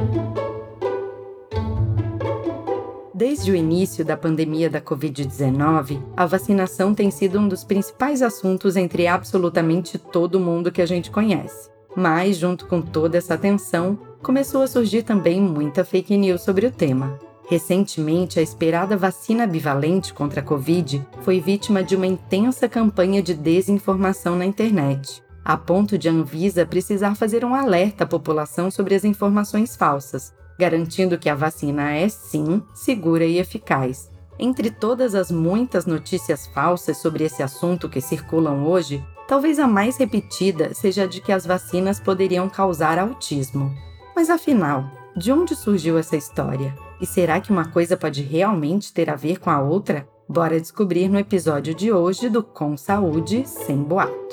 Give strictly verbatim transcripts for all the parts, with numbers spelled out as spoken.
Desde o início da pandemia da covid dezenove, a vacinação tem sido um dos principais assuntos entre absolutamente todo mundo que a gente conhece. Mas, junto com toda essa atenção, começou a surgir também muita fake news sobre o tema. Recentemente, a esperada vacina bivalente contra a Covid foi vítima de uma intensa campanha de desinformação na internet, a ponto de a Anvisa precisar fazer um alerta à população sobre as informações falsas, garantindo que a vacina é, sim, segura e eficaz. Entre todas as muitas notícias falsas sobre esse assunto que circulam hoje, talvez a mais repetida seja a de que as vacinas poderiam causar autismo. Mas afinal, de onde surgiu essa história? E será que uma coisa pode realmente ter a ver com a outra? Bora descobrir no episódio de hoje do Com Saúde Sem Boato.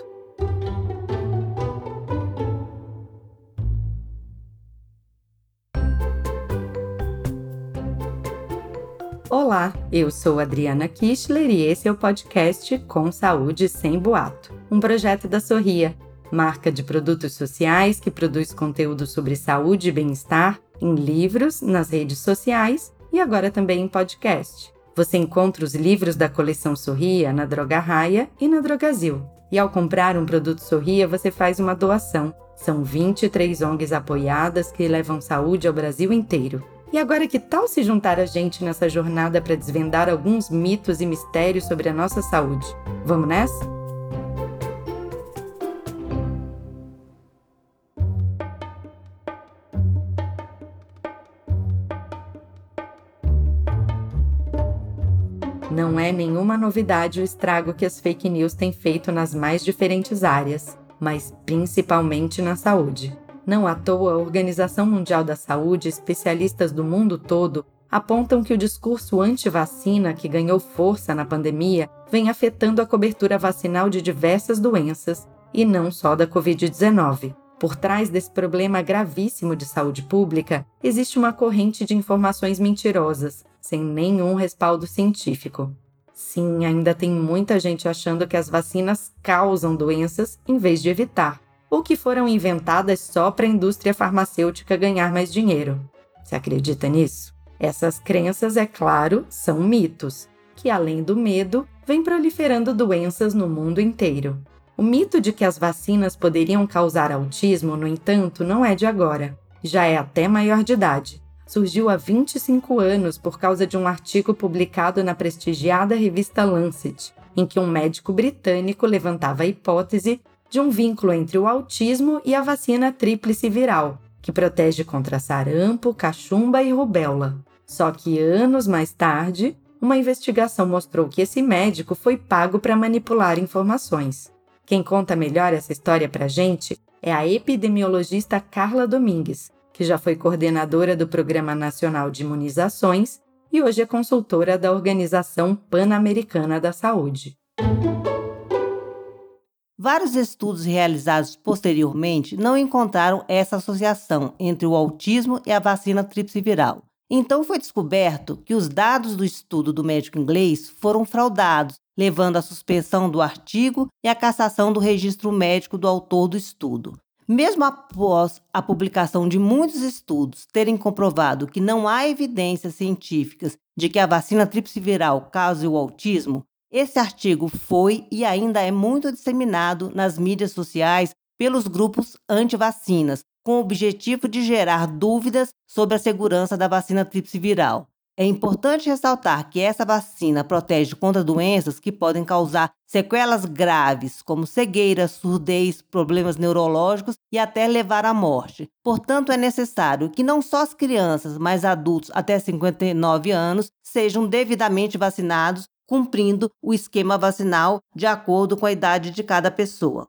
Olá, eu sou Adriana Kistler e esse é o podcast Com Saúde Sem Boato, um projeto da Sorria, marca de produtos sociais que produz conteúdo sobre saúde e bem-estar em livros, nas redes sociais e agora também em podcast. Você encontra os livros da coleção Sorria na Droga Raia e na Drogazil. E ao comprar um produto Sorria, você faz uma doação. São vinte e três O N Gs apoiadas que levam saúde ao Brasil inteiro. E agora, que tal se juntar a gente nessa jornada para desvendar alguns mitos e mistérios sobre a nossa saúde? Vamos nessa? Não é nenhuma novidade o estrago que as fake news têm feito nas mais diferentes áreas, mas principalmente na saúde. Não à toa, a Organização Mundial da Saúde e especialistas do mundo todo apontam que o discurso anti-vacina que ganhou força na pandemia vem afetando a cobertura vacinal de diversas doenças e não só da covid dezenove. Por trás desse problema gravíssimo de saúde pública, existe uma corrente de informações mentirosas, sem nenhum respaldo científico. Sim, ainda tem muita gente achando que as vacinas causam doenças em vez de evitar, ou que foram inventadas só para a indústria farmacêutica ganhar mais dinheiro. Você acredita nisso? Essas crenças, é claro, são mitos, que além do medo, vêm proliferando doenças no mundo inteiro. O mito de que as vacinas poderiam causar autismo, no entanto, não é de agora. Já é até maior de idade. Surgiu há vinte e cinco anos por causa de um artigo publicado na prestigiada revista Lancet, em que um médico britânico levantava a hipótese de um vínculo entre o autismo e a vacina tríplice viral, que protege contra sarampo, cachumba e rubéola. Só que anos mais tarde, uma investigação mostrou que esse médico foi pago para manipular informações. Quem conta melhor essa história pra gente é a epidemiologista Carla Domingues, que já foi coordenadora do Programa Nacional de Imunizações e hoje é consultora da Organização Pan-Americana da Saúde. Vários estudos realizados posteriormente não encontraram essa associação entre o autismo e a vacina tríplice viral. Então foi descoberto que os dados do estudo do médico inglês foram fraudados, levando à suspensão do artigo e à cassação do registro médico do autor do estudo. Mesmo após a publicação de muitos estudos terem comprovado que não há evidências científicas de que a vacina tríplice viral cause o autismo, esse artigo foi e ainda é muito disseminado nas mídias sociais pelos grupos anti-vacinas, com o objetivo de gerar dúvidas sobre a segurança da vacina tríplice viral. É importante ressaltar que essa vacina protege contra doenças que podem causar sequelas graves, como cegueira, surdez, problemas neurológicos e até levar à morte. Portanto, é necessário que não só as crianças, mas adultos até cinquenta e nove anos sejam devidamente vacinados, cumprindo o esquema vacinal de acordo com a idade de cada pessoa.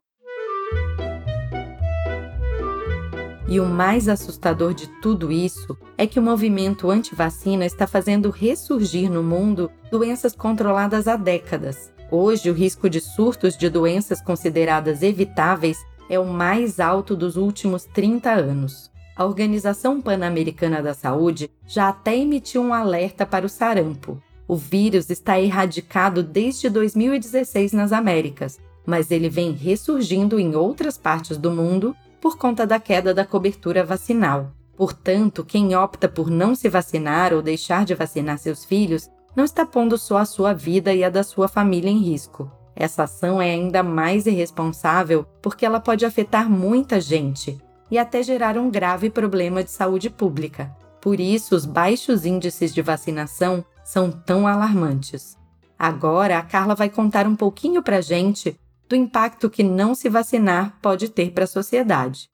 E o mais assustador de tudo isso é que o movimento anti-vacina está fazendo ressurgir no mundo doenças controladas há décadas. Hoje, o risco de surtos de doenças consideradas evitáveis é o mais alto dos últimos trinta anos. A Organização Pan-Americana da Saúde já até emitiu um alerta para o sarampo. O vírus está erradicado desde dois mil e dezesseis nas Américas, mas ele vem ressurgindo em outras partes do mundo por conta da queda da cobertura vacinal. Portanto, quem opta por não se vacinar ou deixar de vacinar seus filhos não está pondo só a sua vida e a da sua família em risco. Essa ação é ainda mais irresponsável porque ela pode afetar muita gente e até gerar um grave problema de saúde pública. Por isso, os baixos índices de vacinação são tão alarmantes. Agora, a Carla vai contar um pouquinho pra gente do impacto que não se vacinar pode ter para a sociedade.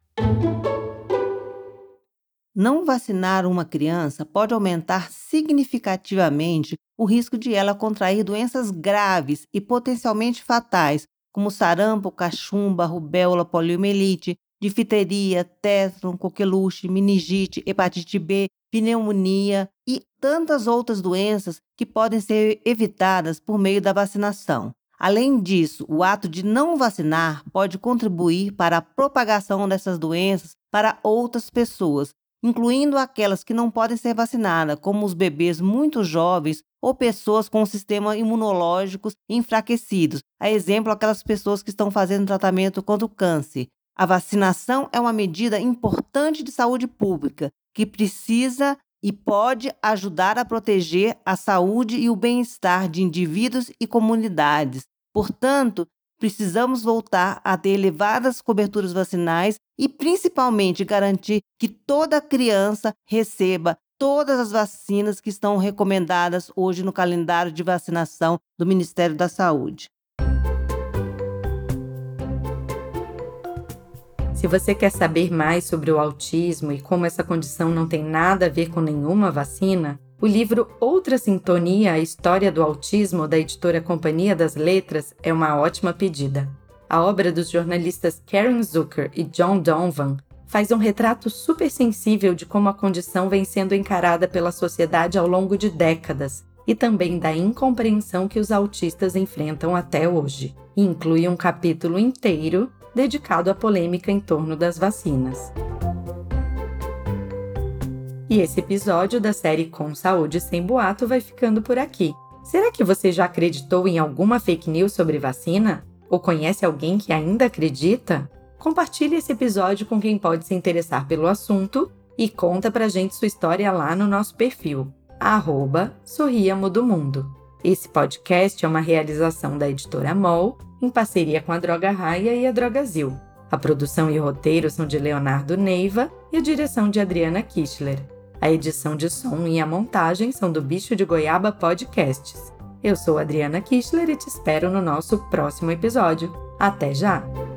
Não vacinar uma criança pode aumentar significativamente o risco de ela contrair doenças graves e potencialmente fatais, como sarampo, cachumba, rubéola, poliomielite, difteria, tétano, coqueluche, meningite, hepatite B, pneumonia e tantas outras doenças que podem ser evitadas por meio da vacinação. Além disso, o ato de não vacinar pode contribuir para a propagação dessas doenças para outras pessoas, incluindo aquelas que não podem ser vacinadas, como os bebês muito jovens ou pessoas com sistema imunológicos enfraquecidos, a exemplo, aquelas pessoas que estão fazendo tratamento contra o câncer. A vacinação é uma medida importante de saúde pública, que precisa e pode ajudar a proteger a saúde e o bem-estar de indivíduos e comunidades. Portanto, precisamos voltar a ter elevadas coberturas vacinais e, principalmente, garantir que toda criança receba todas as vacinas que estão recomendadas hoje no calendário de vacinação do Ministério da Saúde. Se você quer saber mais sobre o autismo e como essa condição não tem nada a ver com nenhuma vacina, o livro Outra Sintonia, a História do Autismo, da editora Companhia das Letras, é uma ótima pedida. A obra dos jornalistas Karen Zucker e John Donovan faz um retrato super sensível de como a condição vem sendo encarada pela sociedade ao longo de décadas e também da incompreensão que os autistas enfrentam até hoje. E inclui um capítulo inteiro dedicado à polêmica em torno das vacinas. E esse episódio da série Com Saúde Sem Boato vai ficando por aqui. Será que você já acreditou em alguma fake news sobre vacina? Ou conhece alguém que ainda acredita? Compartilhe esse episódio com quem pode se interessar pelo assunto e conta pra gente sua história lá no nosso perfil, arroba Sorriamo do Mundo. Esse podcast é uma realização da editora M O L, em parceria com a Droga Raia e a Drogazil. A produção e o roteiro são de Leonardo Neiva e a direção de Adriana Kichler. A edição de som e a montagem são do Bicho de Goiaba Podcasts. Eu sou Adriana Kichler e te espero no nosso próximo episódio. Até já!